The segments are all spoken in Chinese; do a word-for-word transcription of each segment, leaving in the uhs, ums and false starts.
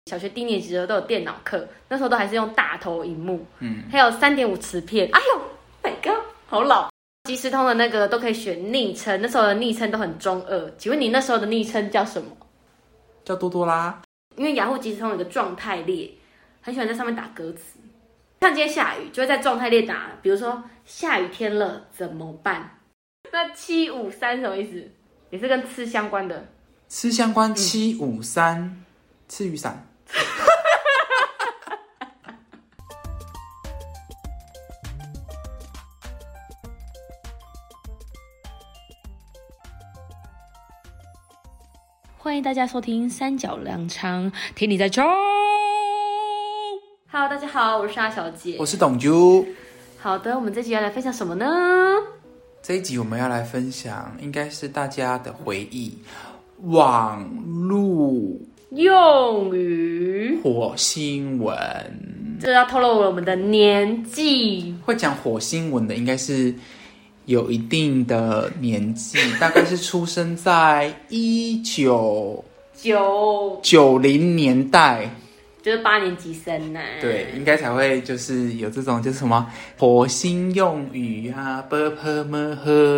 小学低年级的时候都有电脑课，那时候都还是用大头荧幕，嗯，还有 三点五 磁片。哎呦 ，My God， 好老！即时通的那个都可以选昵称，那时候的昵称都很中二。请问你那时候的昵称叫什么？ 叫多多啦。 因为雅虎即时通有个状态列，很喜欢在上面打歌词。像今天下雨，就会在状态列打，比如说下雨天了怎么办？那七五三什么意思？也是跟吃相关的。 吃相关七五三，吃雨伞。 欢迎大家收听三角粮仓，听你在冲。Hello， 大家好，我是沙小姐， 我是董啾。 好的，我们这集要来分享什么呢？ 这一集我们要来分享，应该是大家的回忆，网路用语火星文。 这要透露我们的年纪。 会讲火星文的，应该是有一定的年纪，大概是出生在一九九九零年代， 就是八年级生呢、啊。 对，应该才会就是有这种就是什么火星用语啊 ，b p m h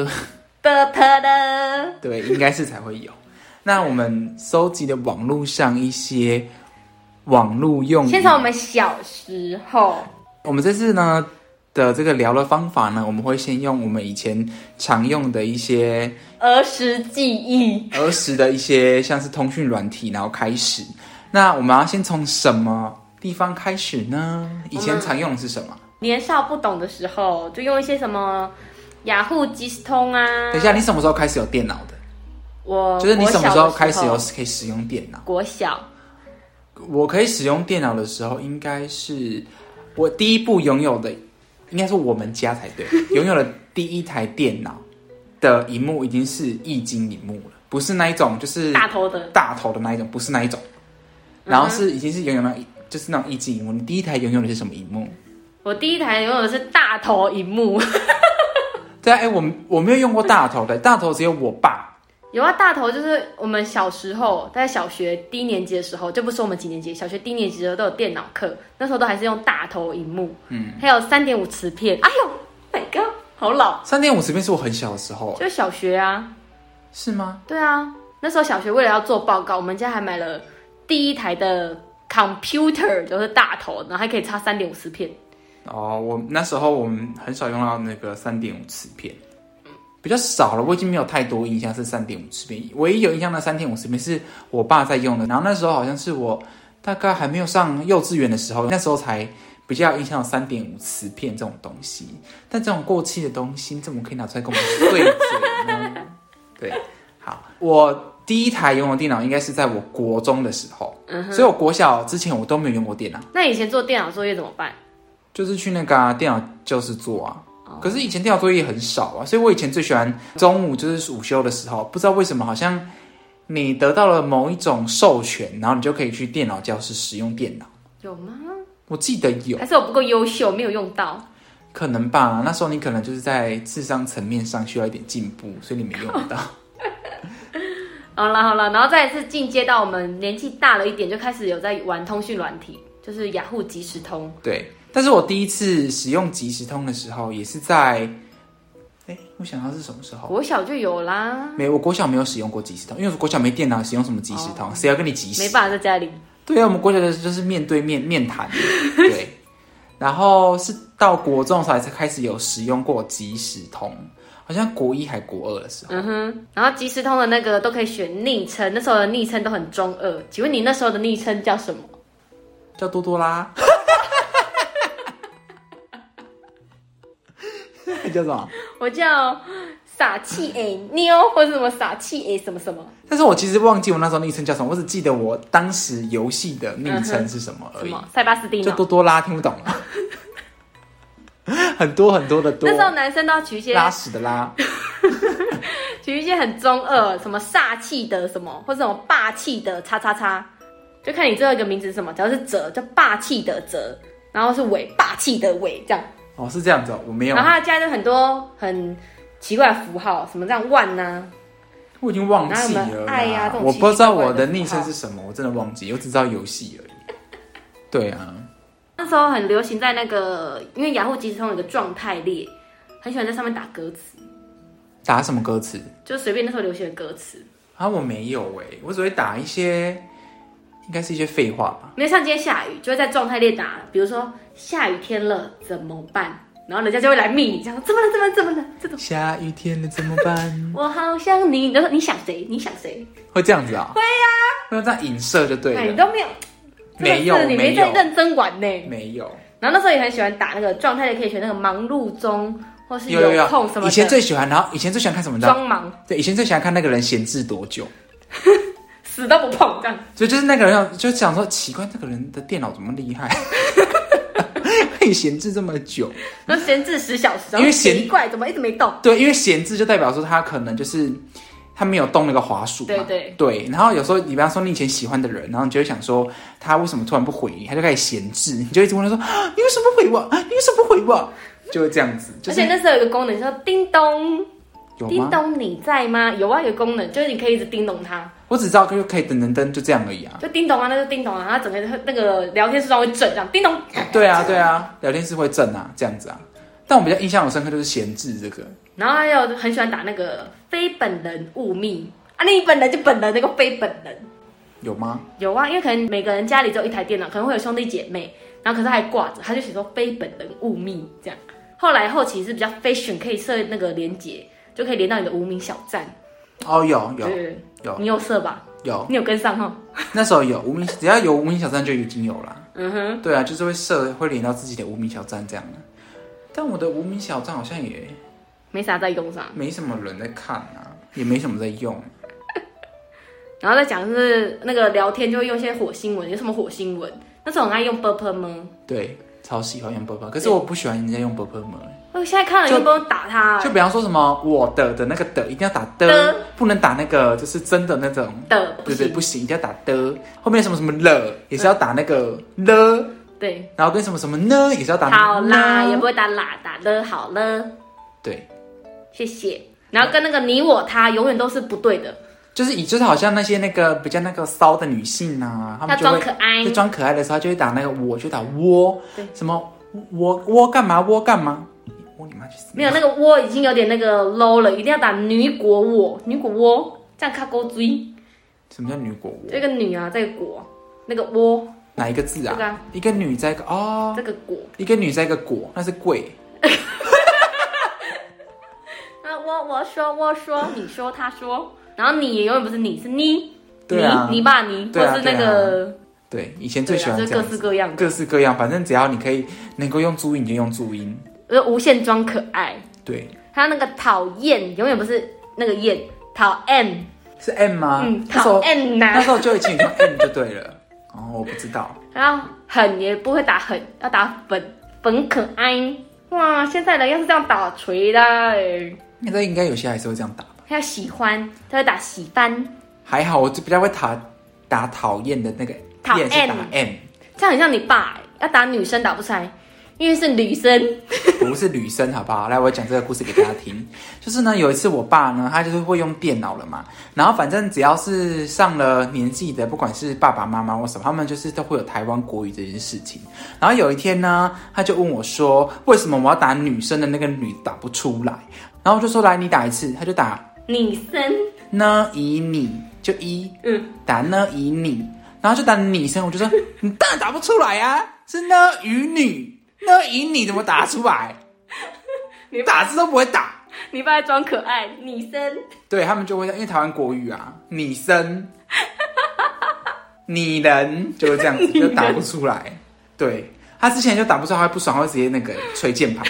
b p 的， 对，应该是才会有。那我们收集的网络上一些网络用语， 先从我们小时候， 我们这次呢的这个聊的方法呢，我们会先用我们以前常用的一些儿时记忆， 儿时的一些像是通讯软体，然后开始。那我们要先从什么地方开始呢？以前常用的是什么？ 年少不懂的时候，就用一些什么雅虎即时通啊。 等一下，你什么时候开始有电脑的？ 我就是你什么时候开始有可以使用电脑？ 国小。 我可以使用电脑的时候，应该是我第一部拥有的。应该是我们家才对，拥有了第一台电脑的萤幕已经是液晶萤幕了，不是那一种就是大头的大头的那一种，不是那一种，然后是已经是拥有那就是那种液晶萤幕。你第一台拥有的是什么萤幕？ 我第一台拥有的是大头萤幕。 对啊，哎，我我没有用过大头的，大头只有我爸。 有啊，大头就是我们小时候在小学低年级的时候，就不说我们几年级，小学低年级的时候都有电脑课，那时候都还是用大头萤幕，嗯，还有 三点五 磁片。哎呦 ，My God， 好老！ 三点五 磁片是我很小的时候， 就是小学啊。 是吗？ 对啊，那时候小学为了要做报告，我们家还买了第一台的 computer， 都是大头，然后还可以插 三点五 磁片。 哦，我那时候我们很少用到那个 三点五 磁片。比较少了，我已经没有太多印象是 三点五 磁片，唯一有印象的 三点五 磁片是我爸在用的，然后那时候好像是我大概还没有上幼稚园的时候，那时候才比较有印象有 三点五 磁片这种东西。但这种过气的东西，怎么可以拿出来跟我们对嘴呢？对，好，我第一台拥有电脑应该是在我国中的时候，嗯、所以我国小之前我都没有用过电脑。 那以前做电脑作业怎么办？ 就是去那个、啊、电脑教室做啊。可是以前电脑作业很少啊，所以我以前最喜欢中午就是午休的时候，不知道为什么好像你得到了某一种授权，然后你就可以去电脑教室使用电脑。 有吗？ 我记得有， 还是我不够优秀，没有用到？ 可能吧。那时候你可能就是在智商层面上需要一点进步，所以你没用到。 好啦好啦，然后再一次进阶到我们年纪大了一点，就开始有在玩通讯软体，就是雅虎即时通。 对。但是我第一次使用即时通的时候，也是在，哎，我想到是什么时候？ 国小就有啦。 没有，我国小没有使用过即时通，因为国小没电脑，使用什么即时通？谁、哦、要跟你即时？ 没办法在家里。 对啊，我们国小的就是面对面面谈。对，然后是到国中的时候才开始有使用过即时通，好像国一还国二的时候。 嗯哼，然后即时通的那个都可以选昵称，那时候的昵称都很中二。请问你那时候的昵称叫什么？ 叫多多啦。叫什么？ 我叫傻气诶妞，或者什么傻气诶什么什么。 但是我其实忘记我那时候昵称叫什么，我只记得我当时游戏的昵称是什么而已。嗯、什么？ 塞巴斯蒂诺。 就多多拉，听不懂了。很多很多的多。 那时候男生都要取一些拉屎的拉， 取一些很中二，什么煞气的什么，或者什么霸气的叉叉叉，就看你最后一个名字是什么。只要是哲，叫霸气的哲，然后是伟，霸气的伟，这样。 哦，是这样子哦，我没有。 然后他加了很多很奇怪的符号，什么这样万呐、啊， 我已经忘记了啦。 爱呀、啊，这种我不知道我的昵称是什么，我真的忘记，我只知道游戏而已。 对啊， 那时候很流行在那个，因为雅虎即时通有个状态列，很喜欢在上面打歌词。 打什么歌词？ 就随便那时候流行的歌词。 啊，我没有哎、欸，我只会打一些，应该是一些废话吧。 因为像今天下雨，就会在状态列打，比如说下雨天了怎么办？然后人家就会来密你，这样怎么了？怎么了？怎么了？这种下雨天了怎么办？ 我好想你，然后你想谁？你想谁？ 会这样子啊、 会呀、 啊，会这样影射就对了。 你都没有， 没有， 你没在认真玩呢。 没有。 然后那时候也很喜欢打那个状态列，可以选那个忙碌中。或是有有有空什么的， 以前最喜欢，然后以前最喜欢看什么的？ 装忙。对， 以前最喜欢看那个人闲置多久， 死都不碰这样。 所以就是那个人就想说，奇怪，这个人的电脑怎么厉害，可以闲置这么久？ 那闲置十小时， 因为闲奇怪怎么一直没动？ 对，因为闲置就代表说他可能就是他没有动那个滑鼠嘛。 对对对。然后有时候你比方说你以前喜欢的人，然后你就会想说他为什么突然不回你，他就开始闲置，你就一直问他说啊你为什么不回我？你为什么不回我？就会这样子，就是、 而且那时候有个功能叫叮咚， 有吗？ 叮咚你在吗？有啊，有个功能就是你可以一直叮咚它。 我只知道就可以等等等，就这样而已啊。 就叮咚啊，那就叮咚啊，它整个那个聊天室上会震，这样叮咚。 对啊，对啊，聊天室会震啊，这样子啊。但我比较印象有深刻就是闲置这个， 然后还有很喜欢打那个非本人勿密啊，你本人就本人，那个非本人有吗？ 有啊，因为可能每个人家里只有一台电脑，可能会有兄弟姐妹，然后可是还挂着，他就写说非本人勿密这样。后来后期是比较 fashion， 可以设那个连结，就可以连到你的无名小站。 哦，有有对有， 你有设吧？ 有， 你有跟上哈？ 那时候有无名，只要有无名小站就已经有了。 嗯哼， 对啊，就是会设会连到自己的无名小站这样的。但我的无名小站好像也没啥在用上， 没什么人在看啊，也没什么在用。 然后再讲是那个聊天就会用一些火星文，有什么火星文？那时候很爱用 purple 吗？ 对。超喜欢用 purple， 可是我不喜欢人家用 purple 吗？ 我现在看了又不用打他、欸， 就比方说什么我的的那个的一定要打的，不能打那个就是真的那种的， 对对不行，一定要打的。后面什么什么了也是要打那个了， 对， 然后跟什么什么呢也是要打那个好啦，也不会打啦，打了好了， 对， 谢谢。然后跟那个你我他永远都是不对的。 就是以就是好像那些那个比较那个骚的女性啊，她们就会装可爱， 就装可爱的时候，就会打那个我，就打窝，什么窝窝干嘛窝干嘛，窝你妈去死！ 没有那个窝已经有点那个 low 了，一定要打女果我，女果窝，这样卡勾追。 什么叫女果窝？ 这个女啊，这个果，那个窝， 哪一个字啊？ 这个啊一个女在一个哦， 这个果， 一个女在一个果，那是贵。 啊，我我说我说，你说他说。然后你也永远不是你，是你， 对啊， 你你爸你， 对啊、 或是那个， 对,、啊、对，以前最喜欢这样子， 啊、各式各样的， 各式各样，反正只要你可以能够用注音，你就用注音， 呃，无限装可爱。 对， 还有那个讨厌，永远不是那个厌，讨 M 是 M 吗？ 嗯，讨 M 呐， 那时候就已经用 M 就对了。哦，我不知道。 然后狠也不会打狠，要打粉粉可爱。哇，现在人要是这样打锤啦，哎， 现在应该有些还是会这样打。 还有喜欢，他会打喜欢。 还好，我就比较会打打讨厌的那个， 讨厌是打 M， 这样很像你爸，要打女生打不出来，因为是女生。 不是女生，好不好？来，我讲这个故事给大家听。就是呢，有一次我爸呢，他就是会用电脑了嘛，然后反正只要是上了年纪的，不管是爸爸妈妈或什么，他们就是都会有台湾国语这件事情。然后有一天呢，他就问我说，为什么我要打女生的那个女打不出来？然后我就说，来，你打一次，他就打。 女生呢以你就一， 嗯， 打呢以你，然后就打女生，我就说你当然打不出来啊，是呢与女，呢以你怎么打出来？你打字都不会打， 你爸在装可爱，女生， 对他们就会，因为台湾国语啊，女生，你人就是这样子，就打不出来。对他之前就打不出来，他会不爽，他会直接那个捶键盘。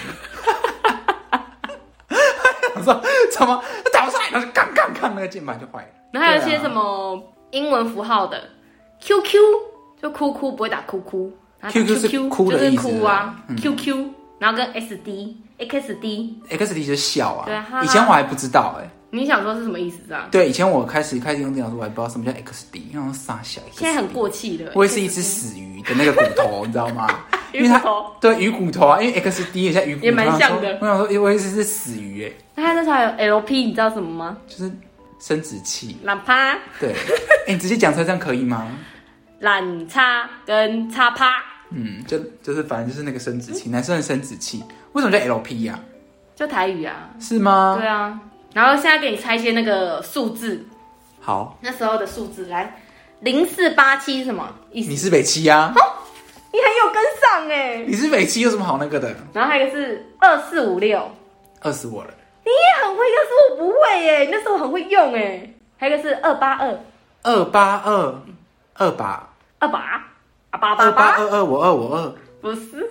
我说怎么打不出来？然后就杠杠杠，那个键盘就坏了。 然后还有一些什么英文符号的 Q Q， 就哭哭不会打哭哭 ，Q Q 是哭的意思， 就是哭啊、嗯、，Q Q， 然后跟 S D、X D，X D 就是笑啊。 对啊， 以前我还不知道哎、欸。 你想说是什么意思这样？ 对，以前我开始开始用电脑的时候，我还不知道什么叫 X D， 然后傻小。 现在很过气的。 我也是一只死鱼的那个骨头，你知道吗？因为它对鱼骨头啊，因为 X D 也像鱼骨头， 也蛮像的。 我想说，我也是是死鱼哎。 那它那时候还有 L P， 你知道什么吗？ 就是生殖器。 喇叭。 对，哎、欸，你直接讲出来这样可以吗？ 懒叉跟叉趴。 嗯，就就是反正就是那个生殖器，男生的生殖器，为什么叫 L P 呀、啊？ 就台语啊。 是吗？ 对啊。然后现在给你猜一些那个数字。 好。 那时候的数字来，零四八七是什么意思？ 你是北七啊？ 哦，你很有跟上哎。 你是北七有什么好那个的？ 然后还有一个是二四五六。 饿死我了。 你也很会，要是我不会耶，你那时候很会用哎。还有一个是二八二。 二八二。二八。 二八。啊八八二八二二我二我二。 不是。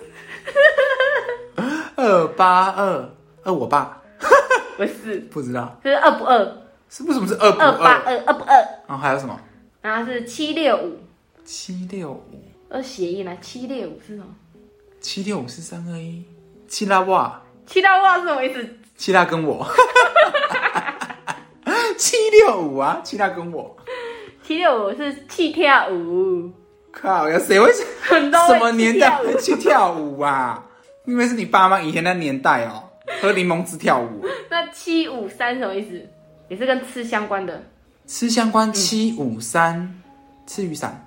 二八二二我爸。 不是。 不知道。 这是二不二。 是为什么是二不二八二二不二。 然后还有什么？ 然后是七六五。 七六五。 二谐音来，七六五是什么？ 七六五是三二一。七拉哇。 七拉哇是什么意思？ 七拉跟我。七六五啊，七拉跟我。 七六五是去跳舞。 靠呀，谁会很多什么年代会去跳舞啊？因为是你爸妈以前那年代哦，喝柠檬汁跳舞。 那七五三什么意思？也是跟吃相关的。 吃相关七五三，吃雨伞。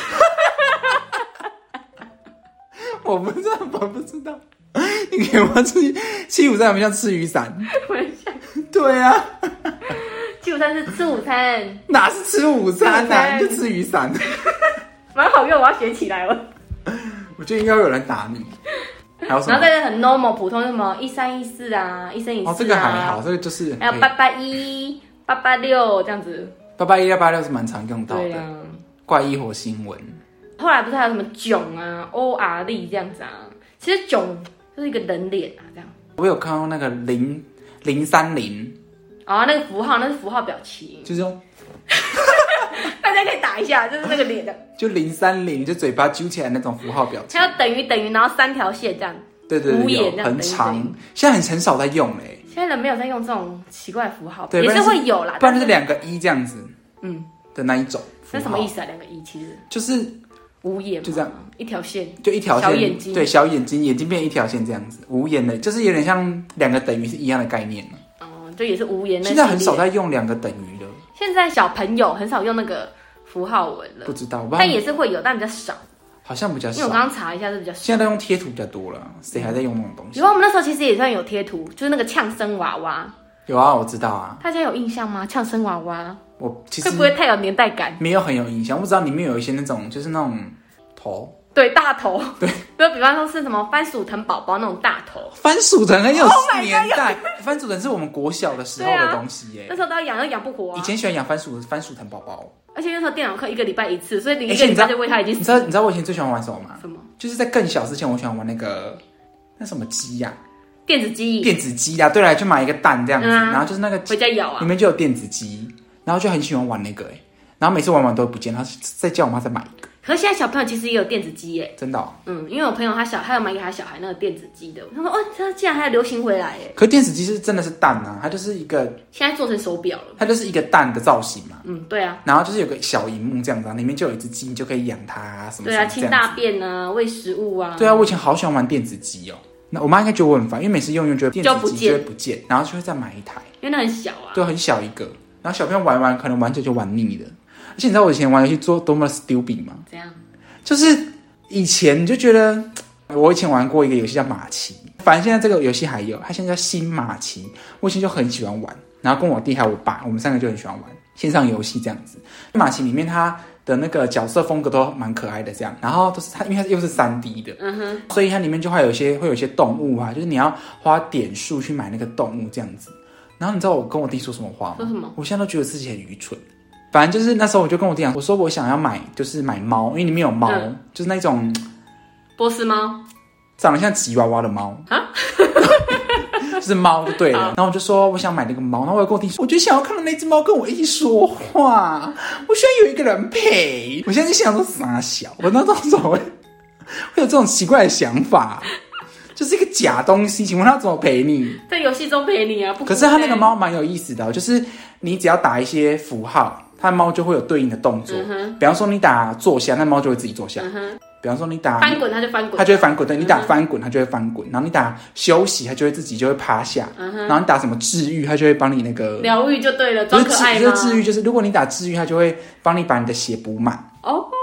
我不知道，我不知道。你给我吃七五三，有没有像吃雨伞？ 我也想。 对啊。 七五三是吃午餐。 哪是吃午餐啊？你就吃雨伞。 蛮好用，我要学起来了。 我觉得应该会有人打你。还有什么？ 然后再来很 normal 普通什么一三一四啊，一生一世啊。 哦，这个还好，这个就是还有八八一、八八六这样子。 八八一、八八六是蛮常用到的。 对啊。 怪异火星文。 后来不是还有什么囧啊、O R 力这样子啊？其实囧就是一个人脸啊，这样。 我有看到那个零零三零。 哦，那个符号那是符号表情， 就是用。 大家可以打一下，就是那个脸的。 就零三零，就嘴巴揪起来那种符号表情。 还有等于等于，然后三条线这样。 对对对， 无眼这样很长。现在很很少在用嘞。 现在人没有在用这种奇怪的符号，也是会有啦。 不然就是两个一这样子， 嗯的那一种。 那什么意思啊？两个一其实就是无眼， 就这样一条线， 就一条线， 小眼睛， 对，小眼睛，眼睛变一条线这样子，无眼的，就是有点像两个等于是一样的概念。 哦，就也是无眼。 现在很少在用两个等于了。 现在小朋友很少用那个符号文了， 不知道， 但也是会有，但比较少。 好像比较少， 因为我刚刚查一下是比较少。 现在都用贴图比较多了，谁还在用那种东西？ 有啊，我们那时候其实也算有贴图，就是那个呛声娃娃。 有啊，我知道啊。 大家有印象吗？呛声娃娃， 我其实会不会太有年代感？ 没有很有印象，我知道里面有一些那种就是那种头， 对，大头， 对， 就比方说是什么番薯藤宝宝那种大头。 番薯藤很有 Oh 年代，番薯藤是我们国小的时候的东西耶。 那时候都要养，又养不活啊。 以前喜欢养番薯番薯藤宝宝。 而且那时候电脑课一个礼拜一次，所以你一个礼拜就喂它已经。 你知道你知道我以前最喜欢玩什么吗？ 什么？ 就是在更小之前，我喜欢玩那个那什么鸡呀、啊？ 电子鸡。 电子鸡啦，对了，就买一个蛋这样子，嗯啊、然后就是那个回家咬啊， 里面就有电子鸡，然后就很喜欢玩那个哎，然后每次玩完都不见，然后再叫我妈再买一个。 可是现在小朋友其实也有电子鸡耶， 真的、哦。 嗯，因为我朋友他小，他有买给他小孩那个电子鸡的，他说哦，他竟然还流行回来耶。 可是电子鸡是真的是蛋啊，它就是一个现在做成手表了， 它就是一个蛋的造型嘛。 嗯，对啊。 然后就是有个小荧幕这样子、啊，里面就有一只鸡，你就可以养它啊，什么对啊，清大便啊，喂食物啊。 对啊，我以前好喜欢玩电子鸡哦。那我妈应该觉得我很烦，因为每次用用就电子鸡就会不见，然后就会再买一台， 因为那很小啊。 对，很小一个，然后小朋友玩玩可能玩久就玩腻了。而且你知道我以前玩游戏做多么 stupid 吗？ 怎样？ 就是以前你就觉得，我以前玩过一个游戏叫马奇，反正现在这个游戏还有，它现在叫新马奇。我以前就很喜欢玩，然后跟我弟还有我爸，我们三个就很喜欢玩线上游戏这样子。马奇里面它的那个角色风格都蛮可爱的，这样，然后都是它，因为它又是三 D 的，嗯哼，所以它里面就会有一些会有一些动物啊，就是你要花点数去买那个动物这样子。然后你知道我跟我弟说什么话吗？ 说什么？ 我现在都觉得自己很愚蠢。反正就是那时候我就跟我弟讲，我说我想要买，就是买猫，因为里面有猫，嗯、就是那种波斯猫， 长得像吉娃娃的猫啊，就是猫就对了。然后我就说我想买那个猫，然后我又跟我弟说，我就想要看到那只猫跟我一起说话，我需要有一个人陪。我现在就想说傻小，我那时候会会有这种奇怪的想法。就是一个假东西，请问他怎么陪你？ 在游戏中陪你啊！不可是他那个猫蛮有意思的、哦，就是你只要打一些符号，它的猫就会有对应的动作。嗯、比方说你打坐下，那猫就会自己坐下。嗯、比方说你打翻滚，它就翻滚， 它就会翻滚。对，你打翻滚，它就会翻滚。然后你打休息，它就会自己就会趴下。嗯、然后你打什么治愈，它就会帮你那个疗愈就对了，装可爱吗？ 就是治愈，就是如果你打治愈，它就会帮你把你的血补满。 哦，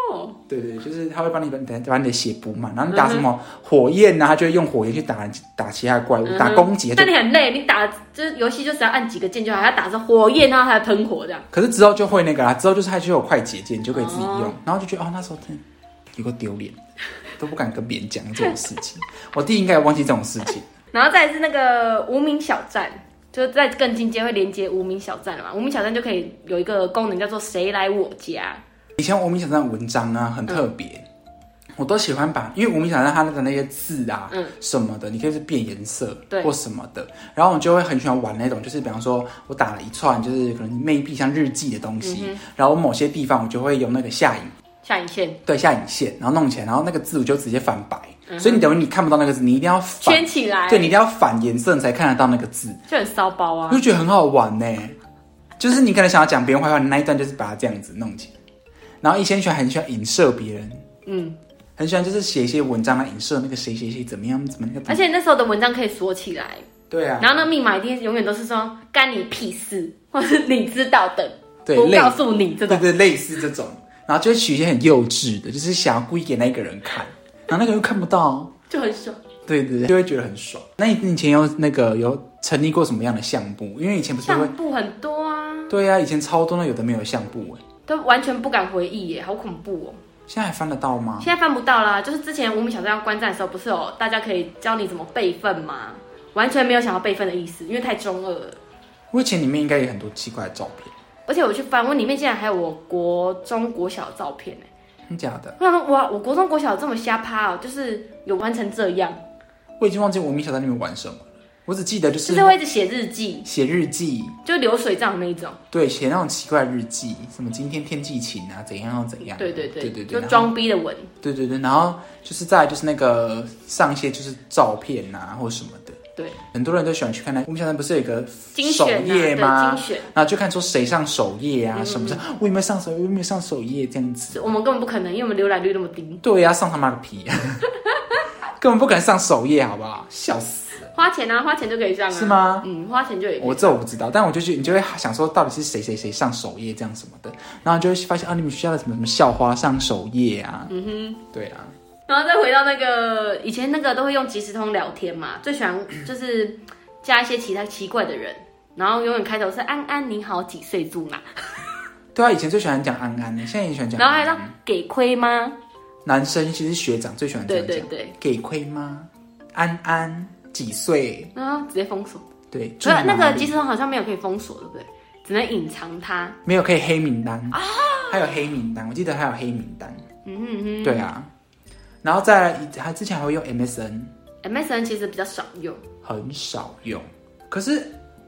哦， 对对，就是他会帮你把把你的血补满，然后你打什么火焰啊，他就会用火焰去打打其他的怪物，打攻击。 那你很累，你打就是游戏就只要按几个键就好，要打着火焰，然后还要喷火这样。 可是之后就会那个啦，之后就是它就有快捷键，你就可以自己用，然后就觉得哦，那时候真的有个丢脸，都不敢跟别人讲这种事情。我弟应该也忘记这种事情。 然后再来是那个无名小站。就是在更进阶会连接无名小站了嘛，无名小站就可以有一个功能叫做谁来我家。 以前无名小站的文章啊很特别、嗯，我都喜欢把，因为无名小站它那个那些字啊、嗯、什么的，你可以是变颜色或什么的，然后我就会很喜欢玩那种，就是比方说我打了一串就是可能 maybe 像日记的东西、嗯，然后某些地方我就会用那个下影下影线， 对下影线，然后弄起来，然后那个字我就直接反白。嗯、所以你等于你看不到那个字，你一定要反圈起来， 对，你一定要反颜色，你才看得到那个字， 就很骚包啊， 我就觉得很好玩呢。就是你可能想要讲别人坏话，你那一段就是把它这样子弄起来。然后以前喜欢很喜欢影射别人，嗯，很喜欢就是写一些文章来影射那个谁谁谁怎么样怎么样。 而且那时候的文章可以锁起来， 对啊。 然后那密码一定永远都是说干你屁事，或是你知道的， 对， 不告诉你这种， 对对，类似这种。然后就会取一些很幼稚的，就是想要故意给那一个人看，然后那个人又看不到。 就很爽， 对对对，就会觉得很爽。那你以前有那个有成立过什么样的相簿？因为以前不是会相簿很多啊。 对啊，以前超多那有的没有相簿哎， 都完全不敢回忆耶，好恐怖哦。 现在还翻得到吗？ 现在翻不到啦。就是之前无名小站要关站的时候，不是有大家可以教你怎么备份吗？完全没有想要备份的意思，因为太中二了。 我以前里面应该有很多奇怪的照片， 而且我去翻，我里面竟然还有我国中国小的照片哎。 真假的？ 我想说，哇，我国中国小这么瞎趴哦，就是有玩成这样。 我已经忘记无名小站里面玩什么了，我只记得就是就是会一直写日记， 写日记， 就流水账那一种。 对，写那种奇怪的日记，什么今天天气晴啊，怎样怎样。 对对对对对对， 就装逼的文。 对对对，然后就是再来就是那个上一些就是照片啊或什么的。 对， 很多人都喜欢去看那无名小站，不是有一个首页吗？ 精选， 然后就看说谁上首页啊，嗯、什么的，我有没有上首页，我有没有上首页这样子。 我们根本不可能，因为我们浏览率那么低。 对呀、啊，上他妈个屁、啊，根本不可能上首页，好不好？笑死了。 花钱啊，花钱就可以上啊。 是吗？ 嗯，花钱就可以。 我这我不知道，但我就觉得你就会想说，到底是谁谁谁上首页这样什么的，然后就会发现啊，你们学校的什么什么校花上首页啊。嗯哼，对啊。 然后再回到那个以前那个都会用即时通聊天嘛，最喜欢就是加一些其他奇怪的人，然后永远开头是安安你好，几岁住哪？ 对啊，以前最喜欢讲安安的，现在也喜欢讲。 然后还让给亏吗？ 男生其实学长最喜欢这样讲， 对对对， 给亏吗？安安几岁？ 然后直接封锁。 对， 所以那个即时通好像没有可以封锁，对不对？只能隐藏它。 没有可以黑名单啊，还有黑名单，我记得还有黑名单。嗯哼哼，对啊。然后再来，还之前还会用 M S N。M S N 其实比较少用， 很少用。可是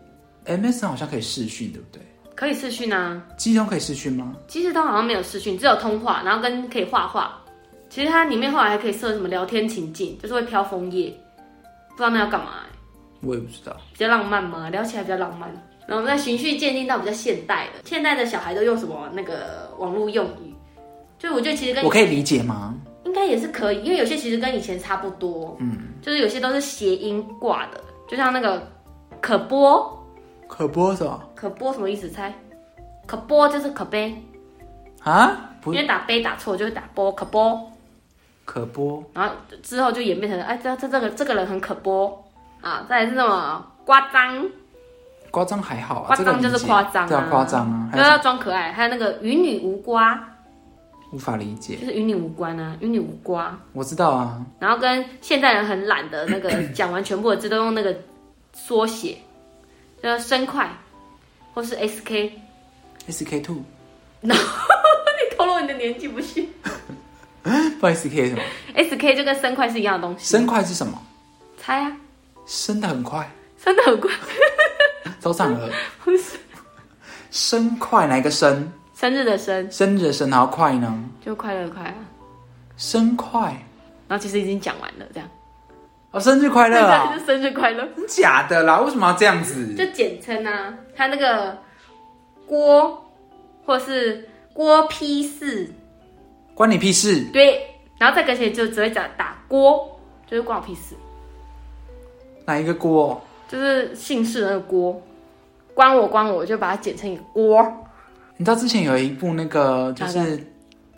M S N 好像可以视讯，对不对？ 可以视讯啊。 即时通可以视讯吗？ 即时通好像没有视讯，只有通话，然后跟可以画画。其实它里面后来还可以设什么聊天情境，就是会飘枫叶，不知道那要干嘛、欸。 我也不知道。 比较浪漫吗？聊起来比较浪漫。然后我们再循序渐进到比较现代的，现代的小孩都用什么那个网络用语？就我觉得其实跟我可以理解吗？ 应该也是可以，因为有些其实跟以前差不多，嗯，就是有些都是谐音挂的，就像那个可播， 可播什么？ 可播什么意思？猜？可播就是可悲啊， 因为打悲打错就会打播，可播， 可播， 然后之后就演变成哎，这这这个这个人很可播啊，再来是什么夸张？ 夸张还好啊， 夸张就是夸张、啊， 对啊，夸张啊， 就是要装可爱，还有那个与你无瓜。 无法理解， 就是与你无关啊，与你无瓜。我知道啊。 然后跟现代人很懒的那个讲完全部的字都用那个缩写，叫生快，或是 S K。S K two。 No， 你透露你的年纪不是？ 不 S K 是什么 ？S K 就跟生快是一样的东西。 生快是什么？ 猜啊。 生得很快。 生得很快。 周尚娥。不是。生快哪一个生？ 生日的生， 生日的生，然后快呢？ 就快乐快啊， 生快。 然后其实已经讲完了，这样。 哦，生日快乐啊！ 就生日快乐。 假的啦，为什么要这样子？ 就简称啊，他那个郭，或是郭批四， 关你屁事。 对，然后再跟写就只会打打郭，就是关我屁事。 哪一个郭？ 就是姓氏的那个郭，关我关我，就把它简称一个郭。 你知道之前有一部那个就是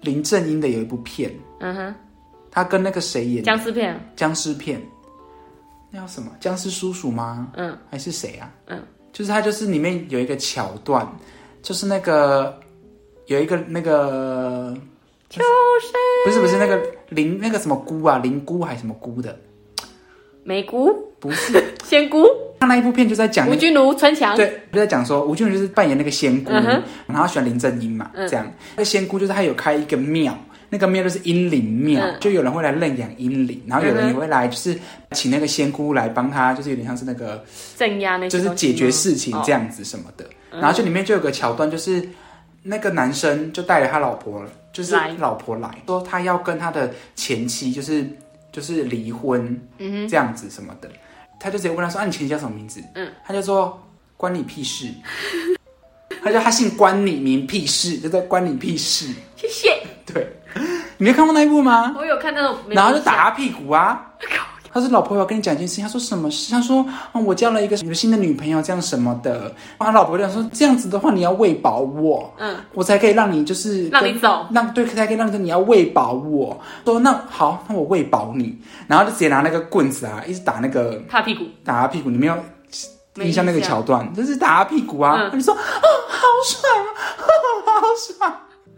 林正英的有一部片， 嗯哼， 他跟那个谁演僵尸片， 僵尸片，那叫什么？僵尸叔叔吗？嗯，还是谁啊？嗯，就是他就是里面有一个桥段，就是那个有一个那个。就是不是不是那个灵那个什么菇啊，灵菇还是什么菇的？ 梅菇不是仙菇。 他那一部片就在讲、那個、 吴君如穿墙， 对，就在讲说吴君如就是扮演那个仙姑，嗯、然后他喜欢林正英嘛， 嗯、 这样。那个仙姑就是他有开一个庙，那个庙就是阴灵庙，嗯、就有人会来认养阴灵，然后有人也会来就是请那个仙姑来帮他，就是有点像是那个镇压那些， 就是解决事情这样子什么的。哦、然后就里面就有个桥段，就是那个男生就带着他老婆了。就是老婆来说，他要跟他的前妻就是就是离婚，嗯、这样子什么的，他就直接问他说：“啊，你前妻叫什么名字？”嗯，他就说：“关你屁事。”他就他姓关你名屁事，就在关你屁事。 谢谢。 对，你没有看过那一部吗？ 我有看那种， 然后就打他屁股啊。他说：“老婆，我要跟你讲一件事情。”他说：“什么事？”他说：“哦，我交了一个新的女朋友，这样什么的。”他老婆就说：“这样子的话，你要喂饱我，嗯，我才可以让你就是让你走， 让对，才可以让你你要喂饱我。”说：“那好，那我喂饱你。”然后就直接拿那个棍子啊，一直打那个他屁股， 打他屁股。你没有印象那个桥段？就是打他屁股啊。嗯、他就说：“哦，好爽，哦、好爽，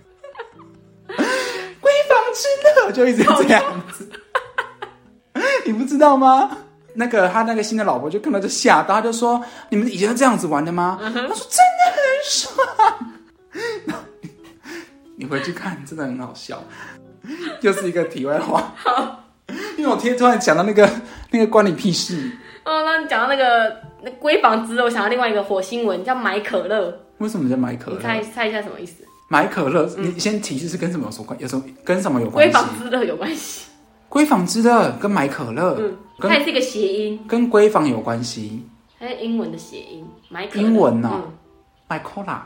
闺房之乐。”就一直这样子。你不知道吗？那个他那个新的老婆就看到就吓到，他就说：“你们以前是这样子玩的吗？”嗯、他说：“真的很爽。”你回去看，真的很好笑。又是一个题外话。好，因为我突然讲到那个那个关你屁事。 哦，那你讲到那个那闺房之乐，我想到另外一个火星文叫买可乐。 为什么叫买可乐？ 你猜猜一下什么意思？ 买可乐，嗯、你先提示是跟什么有关？有什么跟什么有关系？ 闺房之乐有关系。 闺房之乐跟买可乐， 嗯，它也是一个谐音， 跟闺房有关系。 它是英文的谐音，买可乐。 英文哦，买 cola。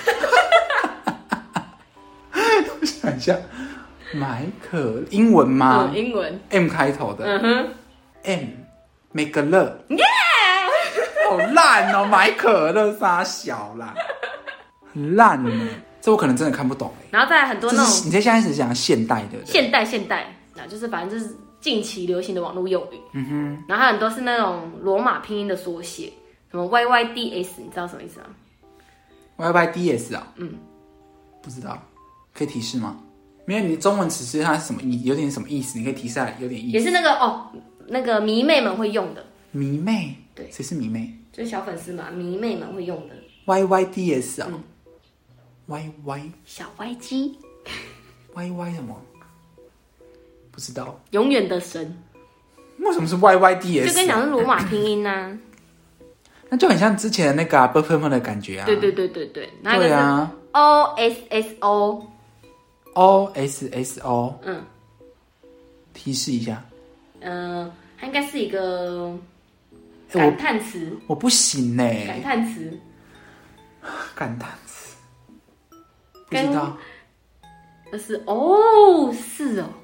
我想一下，买可英文吗？ 嗯，英文 M 开头的。 嗯哼 ，M 买可乐。 耶， 好烂哦，买可乐傻小啦，很烂呢。这我可能真的看不懂哎。 然后再来很多那种， 你在现在是讲现代的， 现代现代。那就是反正就是近期流行的网络用语，嗯哼，然后还有很多是那种罗马拼音的缩写，什么 Y Y D S， 你知道什么意思吗 ？Y Y D S 啊，嗯，不知道，可以提示吗？没有，你中文词是它是什么意，有点什么意思？你可以提示下来，有点意思。 也是那个哦，那个迷妹们会用的。 迷妹， 对， 谁是迷妹？ 就是小粉丝嘛，迷妹们会用的。 Y Y D S 啊、嗯、，Y Y 小 Y G，Y Y 什么？不知道， 永远的神， 为什么是 Y Y D S？ 就跟你讲是罗马拼音啊， 那就很像之前的那个啊 Burpleman 的感觉啊。 对对对对对， 那个是 O S S O，O S S O， 嗯，提示一下， 嗯、呃，它应该是一个感叹词、欸， 我不行呢、欸， 感叹词， 感叹词，不知道。 就是哦，是哦，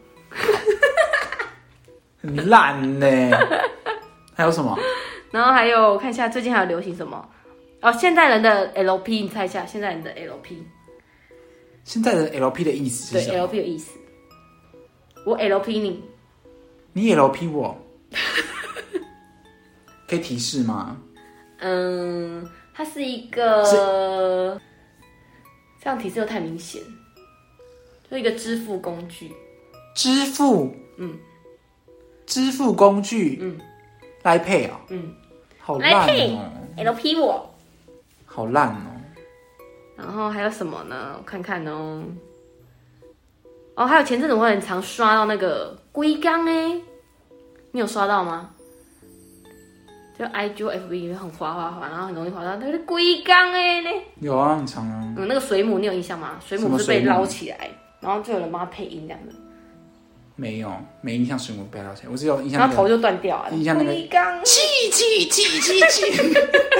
很烂呢。还有什么？ 然后还有看一下最近还有流行什么？哦，现代人的 L P， 你猜一下，现代人的 L P。 现在的 L P 的意思是什么？ 对 ，L P 的意思。我 L P 你， 你 L P 我，可以提示吗？ 嗯，它是一个，这样提示又太明显。就一个支付工具， 支付，嗯，支付工具，嗯，来配哦，嗯，好烂哦 ，L P 我， 好烂哦。 然后还有什么呢？我看看哦，哦，还有前阵子我很常刷到那个龟缸哎，你有刷到吗？就 I G F B 很滑滑滑，然后很容易滑到那个龟缸哎呢。 有啊，很长啊。 嗯，那个水母你有印象吗？水母是被捞起来。然后就有人帮他配音这样的， 没有，没印象水母被捞起来，我只有印象、 那個，然后头就断掉了， 印象那个气气气气气，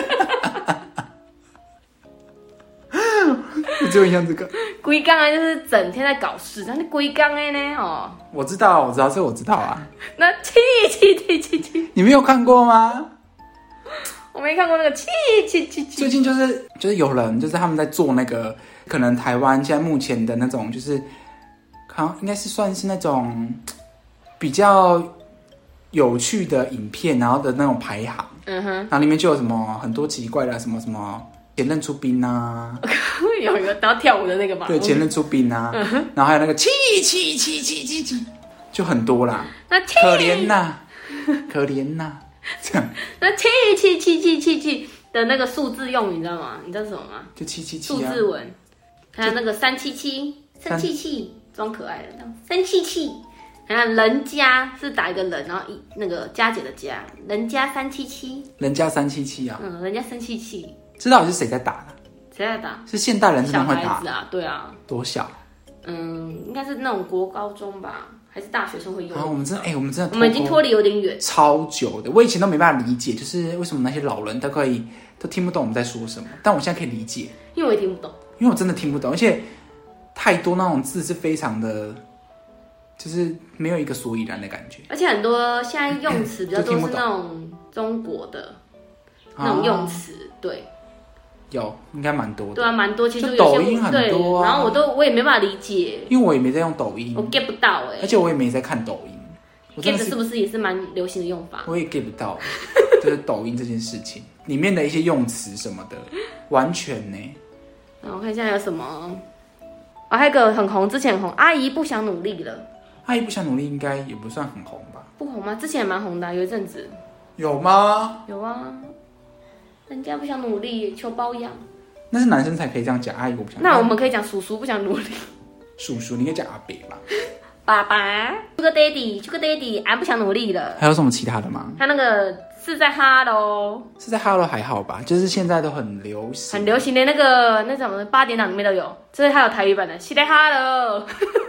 我只有印象这个。 龟缸啊，就是整天在搞事，但是龟缸哎呢哦， 我知道，我知道，这我知道啊。 那气气气气气， 你没有看过吗？ 我没看过那个气气气气。 最近就是就是有人就是他们在做那个。可能台湾现在目前的那种就是好像应该是算是那种比较有趣的影片，然后的那种排行， 嗯哼， 然后里面就有什么很多奇怪的什么什么前任出兵啊， 有一个然后跳舞的那个嘛， 对，前任出兵啊，嗯、然后还有那个气气气气气气，就很多啦， 那可怜呐，可怜呐，这样， 那气气气气气气的那个数字用语你知道吗？你知道是什么吗？ 就七七七啊，数字文，还有那个三七七，生气气，装可爱的这样，生气气。然后人家是打一个人，然后一那个加减的加，人家三七七， 人家三七七啊， 嗯，人家生气气， 这到底是谁在打的？ 谁在打？ 是现代人真的会打？ 小孩子啊，对啊， 多小？ 嗯，应该是那种国高中吧，还是大学生会用？ 啊，我们真的，哎、欸，我们真的， 我们已经脱离有点远， 超久的。我以前都没办法理解，就是为什么那些老人都可以都听不懂我们在说什么，但我现在可以理解， 因为我也听不懂， 因为我真的听不懂，而且太多那种字是非常的。就是没有一个所以然的感觉， 而且很多现在用词比较多是那种中国的那种用词，啊、对， 有应该蛮多的， 对啊，蛮多，其实就抖音很多、啊， 然后我都我也没办法理解， 因为我也没在用抖音， 我 get 不到哎、欸， 而且我也没在看抖音我真的是 ，get 是不是也是蛮流行的用法？ 我也 get 不到，就是抖音这件事情里面的一些用词什么的，完全呢。 然后我看一下有什么，啊，还有一个很红，之前很红，阿姨不想努力了。 阿姨不想努力，应该也不算很红吧？ 不红吗？之前也蛮红的、啊，有一阵子。 有吗？ 有啊，人家不想努力，求包养。 那是男生才可以这样讲，阿姨我不想。 那我们可以讲叔叔不想努力。 叔叔，你可以讲阿伯吧。 爸爸，Sugar Daddy，Sugar Daddy，俺不想努力了。 还有什么其他的吗？ 他那个是在 Hello， 是在 Hello 还好吧？就是现在都很流行， 很流行的那个那种八点档里面都有，这是还有台语版的，是在 Hello。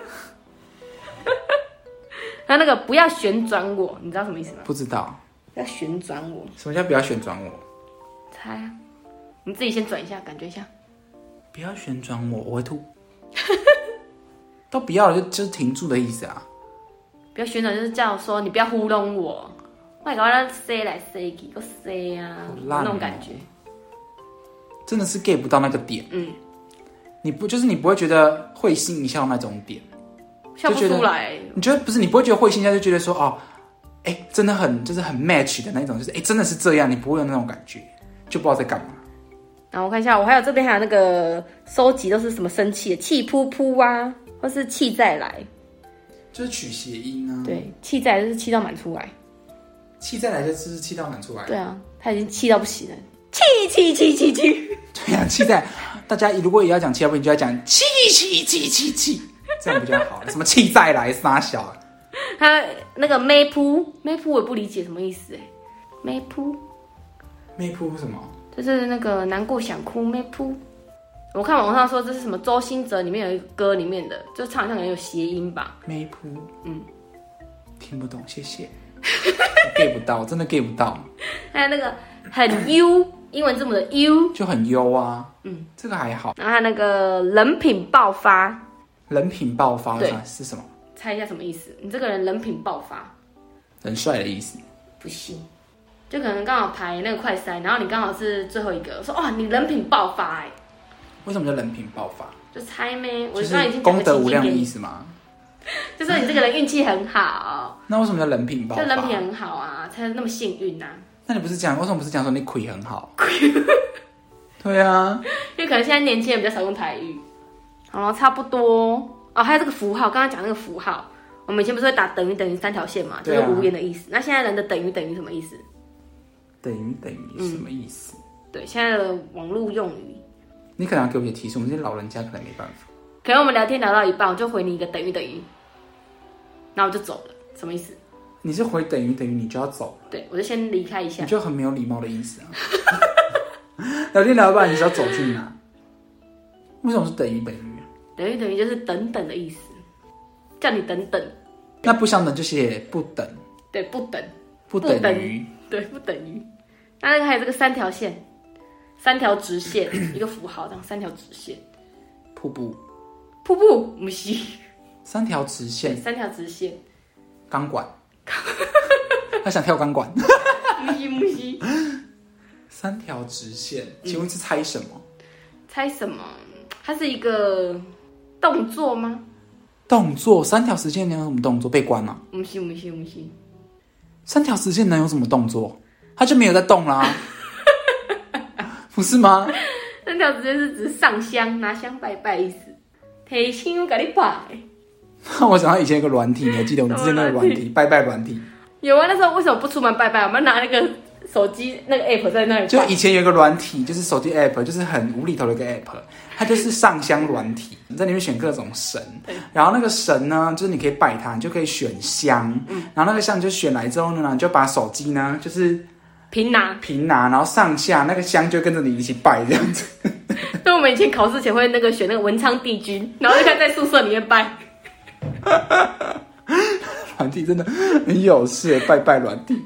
还有那个不要旋转我，你知道什么意思吗？ 不知道。 要旋转我？ 什么叫不要旋转我？ 猜啊，你自己先转一下，感觉一下。 不要旋转我，我会吐。都不要了，就就是停住的意思啊。 不要旋转，就是叫说你不要糊弄我，我搞到塞来塞去，够塞啊，那种感觉。 真的是 get 不到那个点。 嗯。 你不就是你不会觉得会心一笑那种点？ 笑不出来， 你觉得不是？你不会觉得会心一笑，就觉得说哦，哎、欸，真的很就是很 match 的那种，就是哎、欸，真的是这样，你不会有那种感觉，就不知道在干嘛。 然后我看一下，我还有这边还有那个收集都是什么生气的，气噗噗啊，或是气再来， 就是取谐音啊。 对，气再来就是气到满出来， 气再来就是气到满出来。 对啊，他已经气到不行了，气气气气气。 对啊，气在大家如果也要讲气到不行，就要讲气气气气气。这样比较好了，什么气再来撒小啊？ 他那个妹扑妹扑，我也不理解什么意思哎。妹扑妹扑什么？ 就是那个难过想哭妹扑。我看网上说这是什么周兴哲里面有一个歌里面的，就唱像有谐音吧。 妹扑， 嗯， 听不懂，谢谢。get 不到，真的 get 不到。 还有那个很 U， 英文字母的 U 就很优啊。 嗯， 这个还好。 然后还有那个人品爆发。 人品爆发是什么？ 猜一下什么意思？你这个人人品爆发， 很帅的意思。 不信，就可能刚好排那个快筛，然后你刚好是最后一个，说哇你人品爆发哎、欸。 为什么叫人品爆发？ 就猜咩？我刚刚已经功德无量的意思吗？ 就说你这个人运气很好。 那为什么叫人品爆发？ 就人品很好啊，才那么幸运呐、啊。 那你不是讲为什么不是讲说你腿很好？对啊， 因为可能现在年轻人比较少用台语。好了，差不多哦。还有这个符号，刚刚讲那个符号，我们以前不是会打等于等于三条线嘛，就是无言的意思。那现在人的等于等于什么意思？ 等于等于什么意思？ 嗯、对，现在的网络用语。 你可能要给我些提示，我们这些老人家可能没办法。 可能我们聊天聊到一半，我就回你一个等于等于，然后我就走了，什么意思？ 你是回等于等于你就要走了？ 对，我就先离开一下。 你就很没有礼貌的意思啊！聊天聊到一半，你是要走去哪？为什么是等于等于？ 等于等于就是等等的意思，叫你等等。 那不相等就写不等。 对，不等。 不等于。 对，不等于。那那个还有这个三条线，三条直线，一个符号，这样三条直线。 瀑布。 瀑布不是。 三条直线。 三条直线。 钢管。他想跳钢管。 不是不是。 三条直线，请问是猜什么？ 猜什么？它是一个动作吗？ 动作，三条时间能有什么动作？被关吗？ 不是不是不是， 三条时间能有什么动作？他就没有在动啦，不是吗？ 三条时间是指上香拿香拜拜意思，提香给你拜。 我想到以前有个软体，你还记得我们之前那个软体拜拜软体？ 有啊，那时候为什么不出门拜拜？我们拿那个手机那个 app 在那里拜。 就以前有一个软体，就是手机 app， 就是很无厘头的一个 app， 它就是上香软体，你在里面选各种神，然后那个神呢，就是你可以拜它，你就可以选香，嗯、然后那个香你就选来之后呢，你就把手机呢就是平拿平拿，然后上下那个香就跟着你一起拜这样子。 对，我们以前考试前会那个选那个文昌帝君，然后就看在宿舍里面拜。 软体真的很有事，拜拜软体。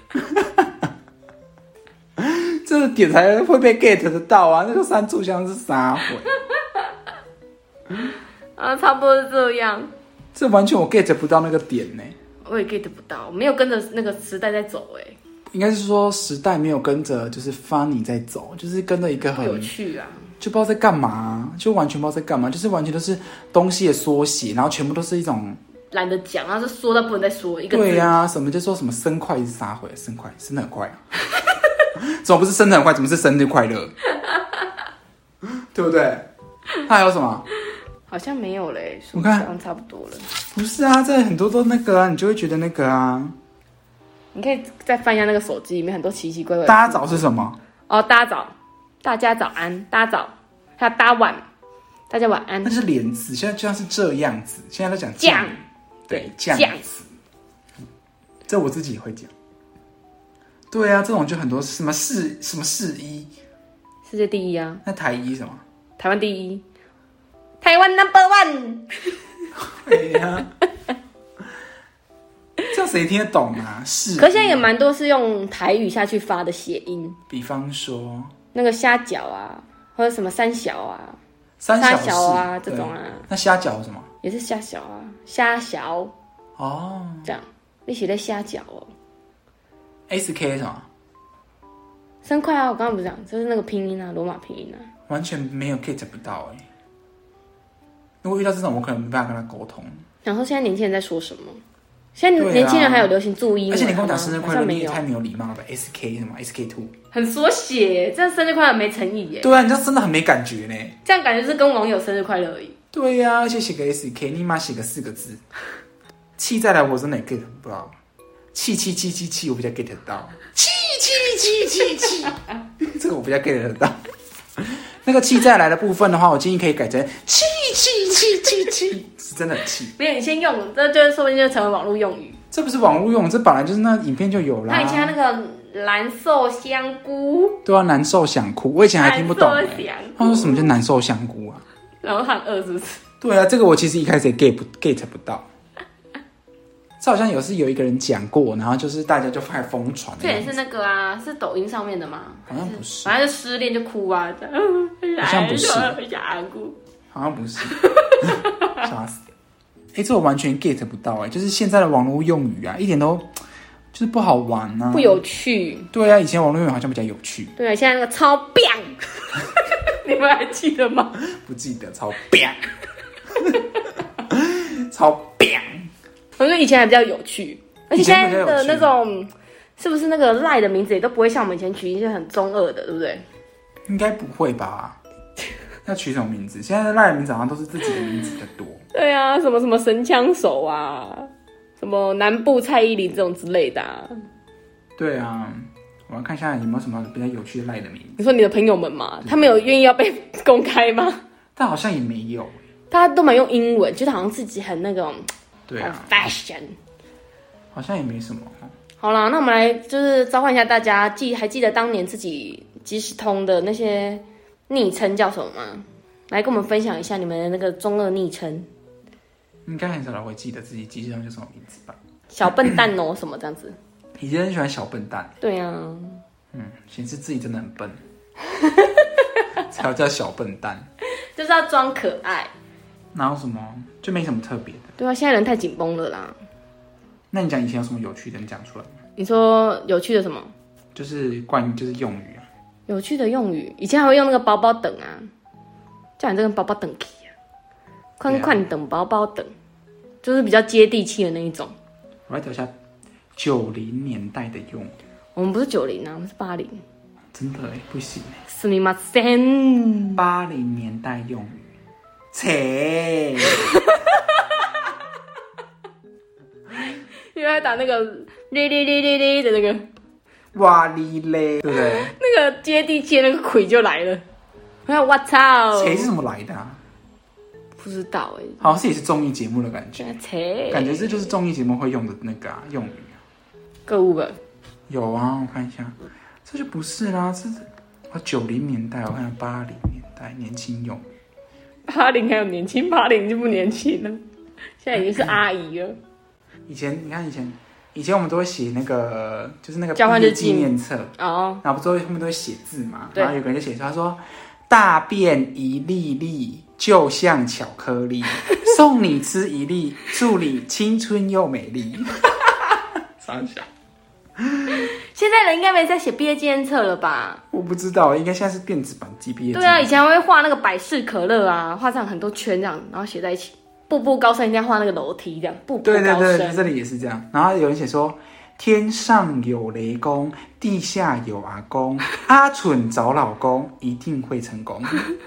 这个点才会被 get 得到啊！那个三炷香是啥鬼？ 啊，差不多是这样。 这完全我 get 不到那个点呢。 我也 get 不到，没有跟着那个时代在走哎。 应该是说时代没有跟着，就是 funny 在走，就是跟着一个很有趣啊， 就不知道在干嘛，就完全不知道在干嘛，就是完全都是东西的缩写，然后全部都是一种懒得讲，然后是说到不能再说一个字。 对呀、啊，什么就说什么生快是啥回？生快生得很快啊。怎么不是生得很快？怎么是生日快乐？对不对？那还有什么？ 好像没有嘞， 我看好像差不多了。 不是啊，这很多都那个啊，你就会觉得那个啊。 你可以再翻一下那个手机，里面很多奇奇怪怪的。 大家早是什么？ 哦，大家早，大家早安，大家早，还有大家晚，大家晚安。 那就是连字，现在就像是这样子，现在都讲酱， 对酱子，这我自己也会讲。对啊，这种就很多什么世什么世一， 世界第一啊！ 那台一什么？ 台湾第一，台湾 number one。 对呀、啊，这样谁听得懂啊？是。 可是现在也蛮多是用台语下去发的谐音， 比方说那个虾饺啊，或者什么三小啊、 三小小啊这种啊。 那虾饺有什么？ 也是虾小啊，虾小哦， 这样，你写在虾饺哦。 S K 什么？ 生快啊！我刚刚不是讲，就是那个拼音啊，罗马拼音啊。 完全没有 get 不到哎、欸。如果遇到这种，我可能没办法跟他沟通。 想说现在年轻人在说什么？现在年轻人还有流行注音、 啊，而且你跟我讲生日快乐，你也有太没有礼貌了吧 ？S K 什么 S K two， 很缩写，这样生日快乐没诚意耶。 对啊，你这样真的很没感觉呢。 这样感觉是跟网友生日快乐而已。 对呀、啊，而且写个 S K， 你妈写个四个字，气再来我真的也 get 不到。气气气气气，我比较 get 得到。气气气气气，这个我比较 get 得到。那个气再来的部分的话，我建议可以改成气气气气气，是真的很气。 没有，你先用，这就是说不定就成为网络用语。 这不是网络用语，这本来就是那影片就有啦。 他以前那个蓝瘦香菇， 对啊，难受想哭，我以前还听不懂、欸。他说什么叫难受香菇啊？ 然后很饿是不是？ 对啊，这个我其实一开始也 get 不 get 不到。这好像有是有一个人讲过，然后就是大家就开始疯传。 这也是那个啊，是抖音上面的吗？ 好像不是， 反正就失恋就哭啊， 好像不是， 想哭， 好像不是，吓死！哎、欸，这我完全 get 不到哎、欸，就是现在的网络用语啊，一点都就是不好玩啊， 不有趣。 对啊，以前网络用语好像比较有趣。 对啊，现在那个超棒，你们还记得吗？ 不记得，超棒，超棒。 我觉得以前还比较有趣，而且现在的那种是不是那个赖的名字也都不会像我们以前取一些很中二的，对不对？ 应该不会吧？要取什么名字？现在的赖的名字好像都是自己的名字比较多。 对啊，什么什么神枪手啊，什么南部蔡依林这种之类的、啊。对啊，我要看一下有没有什么比较有趣的赖的名字。 你说你的朋友们嘛，他们有愿意要被公开吗？ 但好像也没有、欸， 大家都蛮用英文，就是好像自己很那种。 对啊 ，fashion 好像也没什么。 好啦，那我们来就是召唤一下大家，记还记得当年自己即时通的那些昵称叫什么吗？来跟我们分享一下你们的那个中二昵称。 应该很少人会记得自己即时通叫什么名字吧？ 小笨蛋哦，什么这样子？ 以前很喜欢小笨蛋。 对啊， 嗯，显示自己真的很笨，才要叫小笨蛋， 就是要装可爱。 哪有什么就没什么特别的。 对啊，现在人太紧绷了啦。 那你讲以前有什么有趣的？你讲出来。 你说有趣的什么？ 就是关于就是用语啊。 有趣的用语，以前还会用那个包包等啊，叫你这个包包等去啊，宽宽等包包等。 就是比较接地气的那一种。 我来找一下九零年代的用语。 我们不是九零啊，我们是八零。 真的哎，不行哎。 すみません。 八零年代用语，切。 因为他打那个哩哩哩哩哩的那个， 哇哩嘞，对不对？ 那个接地气的那个鬼就来了。我想，我操！ 切是怎么来的啊？ 不知道哎、欸， 好像是也是综艺节目的感觉。 切， 感觉这就是综艺节目会用的那个、啊、用语、啊。 购物本有啊，我看一下，这就不是啦，这是哦九零年代，我看八零年代年轻用语。 八零还有年轻，八零就不年轻了，现在已经是阿姨了。 以前你看以前，以前我们都会写那个，就是那个交换日记纪念册哦， 然后不是后面都会写字嘛， 对然后有个人就写出他说大便一粒粒就像巧克力，送你吃一粒，祝你青春又美丽。傻笑。 现在人应该没在写毕业纪念册了吧？ 我不知道，应该现在是电子版记毕业纪念册。 对啊，以前会画那个百事可乐啊，画上很多圈这样，然后写在一起。步步高升一定要画那个楼梯这样，步步高升。 对对对，这里也是这样。然后有人写说，天上有雷公，地下有阿公，阿蠢找老公一定会成功。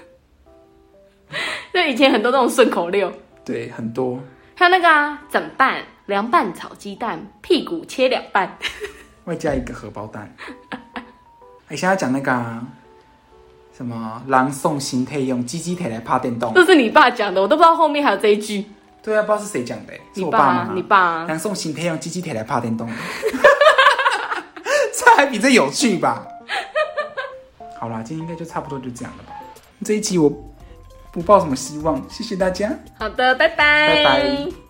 就以前很多这种顺口溜。 对，很多。 还有那个啊，怎办？凉拌炒鸡蛋，屁股切两半， 外加一个荷包蛋。哎，现在讲那个啊。什么狼送心态用鸡鸡腿来拍电动？ 这是你爸讲的，我都不知道后面还有这一句。 对啊，不知道是谁讲的，是我爸爸吗？ 你爸啊？ 狼送心态用鸡鸡腿来拍电动，这还比这有趣吧？好啦，今天应该就差不多就这样了吧。这一集我不抱什么希望，谢谢大家。 好的，拜拜， 拜拜。